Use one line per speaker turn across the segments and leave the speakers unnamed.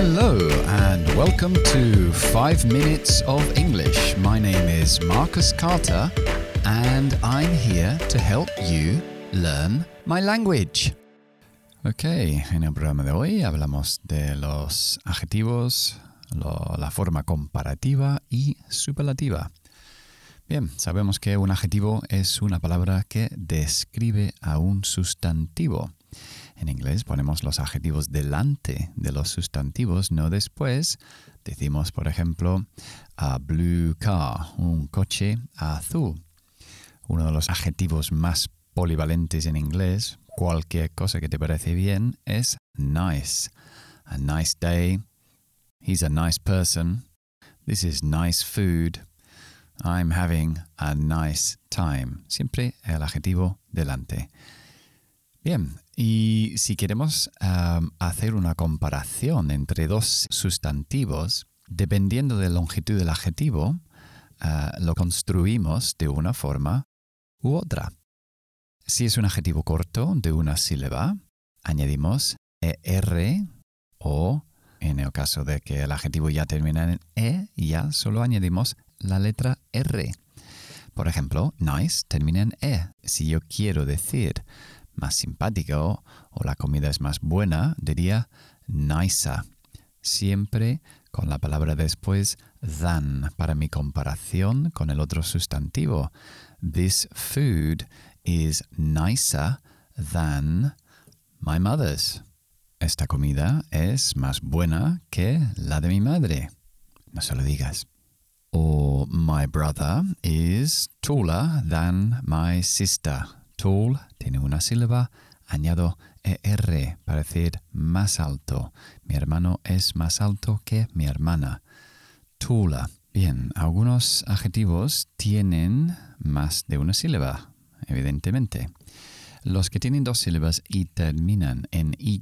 Hello and welcome to 5 Minutes of English. My name is Marcus Carter and I'm here to help you learn my language. Ok, en el programa de hoy hablamos de los adjetivos, la forma comparativa y superlativa. Bien, sabemos que un adjetivo es una palabra que describe a un sustantivo. En inglés ponemos los adjetivos delante de los sustantivos, no después. Decimos, por ejemplo, a blue car, un coche azul. Uno de los adjetivos más polivalentes en inglés, cualquier cosa que te parece bien, es nice. A nice day. He's a nice person. This is nice food. I'm having a nice time. Siempre el adjetivo delante. Bien, y si queremos hacer una comparación entre dos sustantivos, dependiendo de la longitud del adjetivo, lo construimos de una forma u otra. Si es un adjetivo corto de una sílaba, añadimos ER o, en el caso de que el adjetivo ya termina en E, ya solo añadimos la letra R. Por ejemplo, nice termina en E. Si yo quiero decir más simpático o la comida es más buena, diría nicer. Siempre con la palabra después than para mi comparación con el otro sustantivo. This food is nicer than my mother's. Esta comida es más buena que la de mi madre. No se lo digas. Or my brother is taller than my sister. Tall tiene una sílaba, añado ER para decir más alto. Mi hermano es más alto que mi hermana. Taller. Bien, algunos adjetivos tienen más de una sílaba, evidentemente. Los que tienen dos sílabas y terminan en Y,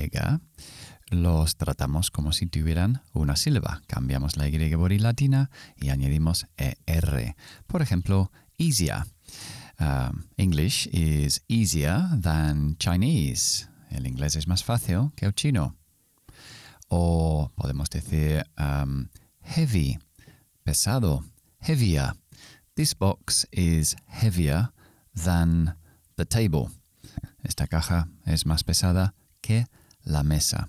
los tratamos como si tuvieran una sílaba. Cambiamos la Y por I latina y añadimos ER. Por ejemplo, easier. English is easier than Chinese. El inglés es más fácil que el chino. O podemos decir heavy, pesado, heavier. This box is heavier than the table. Esta caja es más pesada que la mesa.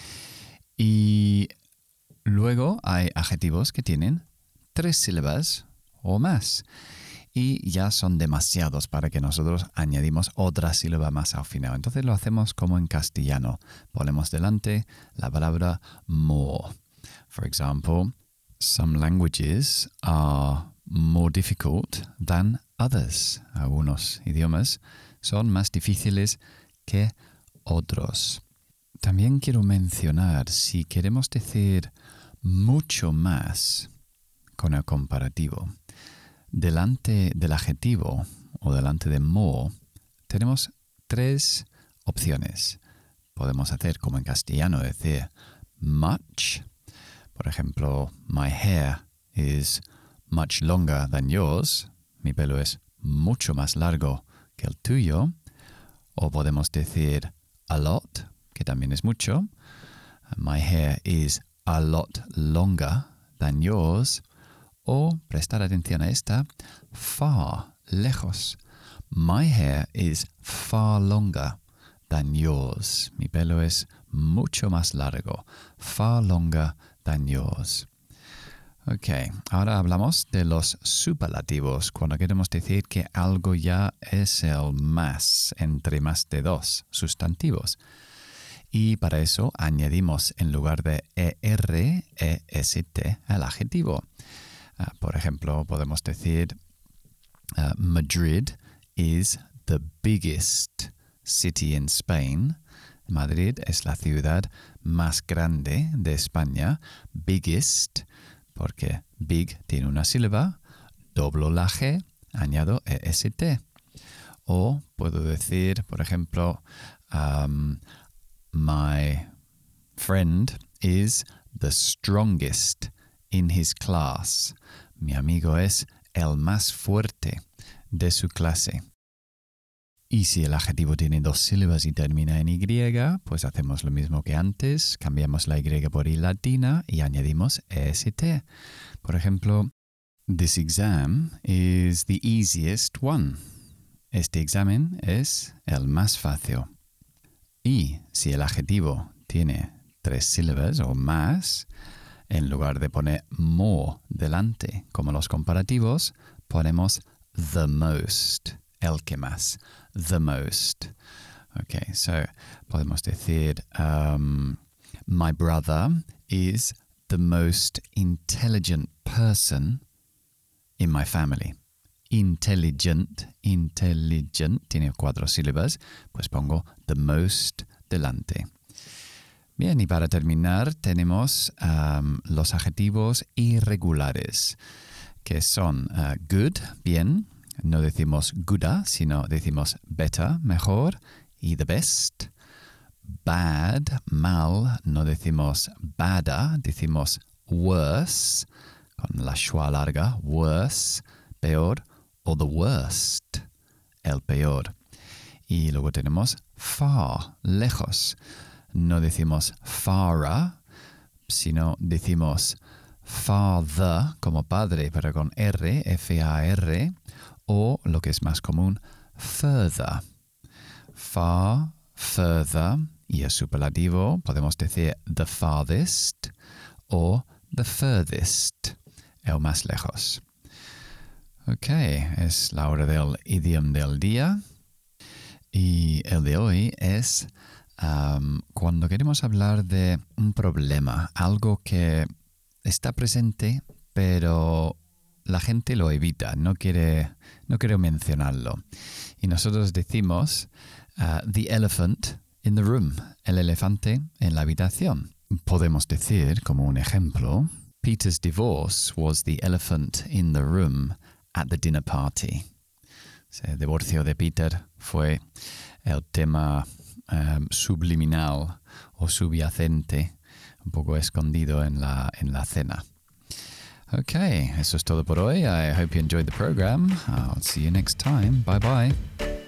Y luego hay adjetivos que tienen 3 sílabas o más. Y ya son demasiados para que nosotros añadimos otra sílaba más al final. Entonces lo hacemos como en castellano. Ponemos delante la palabra more. For example, some languages are more difficult than others. Algunos idiomas son más difíciles que otros. También quiero mencionar, si queremos decir mucho más con el comparativo, delante del adjetivo o delante de more, tenemos 3 opciones. Podemos hacer como en castellano, decir much. Por ejemplo, my hair is much longer than yours. Mi pelo es mucho más largo que el tuyo. O podemos decir a lot, que también es mucho. My hair is a lot longer than yours. O, prestar atención a esta, far, lejos. My hair is far longer than yours. Mi pelo es mucho más largo. Far longer than yours. Ok, ahora hablamos de los superlativos, cuando queremos decir que algo ya es el más entre más de 2 sustantivos. Y para eso añadimos en lugar de ER, EST al adjetivo. Por ejemplo, podemos decir Madrid is the biggest city in Spain. Madrid es la ciudad más grande de España. Biggest, porque big tiene una sílaba. Doblo la G, añado EST. O puedo decir, por ejemplo, my friend is the strongest in his class. Mi amigo es el más fuerte de su clase. Y si el adjetivo tiene 2 sílabas y termina en Y, pues hacemos lo mismo que antes, cambiamos la Y por I latina y añadimos EST. Por ejemplo, this exam is the easiest one. Este examen es el más fácil. Y si el adjetivo tiene 3 sílabas o más, en lugar de poner more delante, como los comparativos, ponemos the most, el que más, the most. Okay, so podemos decir, my brother is the most intelligent person in my family. Intelligent, tiene 4 sílabas, pues pongo the most delante. Bien, y para terminar tenemos los adjetivos irregulares, que son good, bien, no decimos gooda, sino decimos better, mejor, y the best. Bad, mal, no decimos bada, decimos worse, con la schwa larga, worse, peor, o the worst, el peor. Y luego tenemos far, lejos. No decimos farther, sino decimos father, como padre, pero con R, F-A-R, o lo que es más común, further. Far, further, y es superlativo, podemos decir the farthest o the furthest, el más lejos. Ok, es la hora del idioma del día. Y el de hoy es cuando queremos hablar de un problema, algo que está presente, pero la gente lo evita, no quiere mencionarlo. Y nosotros decimos the elephant in the room, el elefante en la habitación. Podemos decir, como un ejemplo, Peter's divorce was the elephant in the room at the dinner party. El divorcio de Peter fue el tema subliminal o subyacente, un poco escondido en la cena. Okay, eso es todo por hoy. I hope you enjoyed the program. I'll see you next time. Bye bye.